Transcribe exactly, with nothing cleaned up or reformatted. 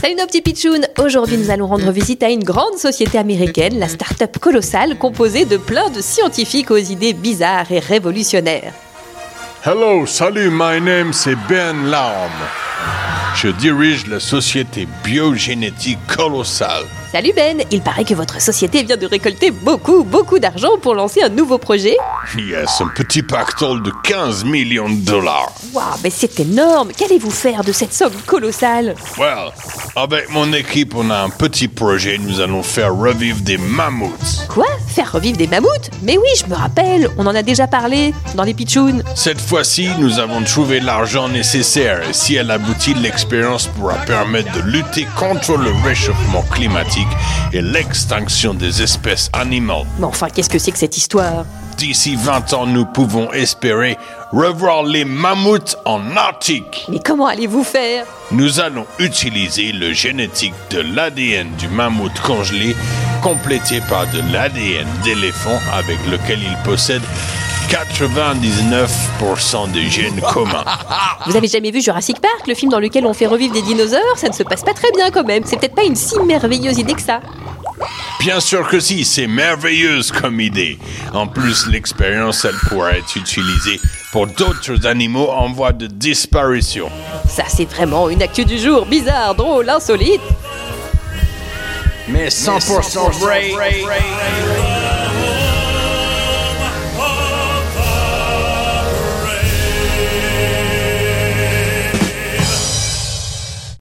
Salut nos petits pitchouns. Aujourd'hui nous allons rendre visite à une grande société américaine, la start-up Colossal, composée de plein de scientifiques aux idées bizarres et révolutionnaires. Hello, salut, my name c'est Ben Larme. Je dirige la société biogénétique Colossal. Salut Ben, il paraît que votre société vient de récolter beaucoup, beaucoup d'argent pour lancer un nouveau projet. Yes, un petit pactole de quinze millions de dollars. Waouh, mais c'est énorme. Qu'allez-vous faire de cette somme colossale? Well, avec mon équipe, on a un petit projet. Nous allons faire revivre des mammouths. Quoi? Faire revivre des mammouths? Mais oui, je me rappelle, on en a déjà parlé dans les pitchouns. Cette fois-ci, nous avons trouvé l'argent nécessaire et si elle aboutit, l'expérience pourra permettre de lutter contre le réchauffement climatique et l'extinction des espèces animales. Mais enfin, qu'est-ce que c'est que cette histoire? D'ici vingt ans, nous pouvons espérer revoir les mammouths en Arctique. Mais comment allez-vous faire? Nous allons utiliser le génétique de l'A D N du mammouth congelé, complété par de l'A D N d'éléphant avec lequel il possède quatre-vingt-dix-neuf pour cent des gènes communs. Vous avez jamais vu Jurassic Park, le film dans lequel on fait revivre des dinosaures? Ça ne se passe pas très bien quand même. C'est peut-être pas une si merveilleuse idée que ça. Bien sûr que si, c'est merveilleuse comme idée. En plus, l'expérience, elle pourrait être utilisée pour d'autres animaux en voie de disparition. Ça, c'est vraiment une actu du jour, bizarre, drôle, insolite. Mais cent pour cent vrai.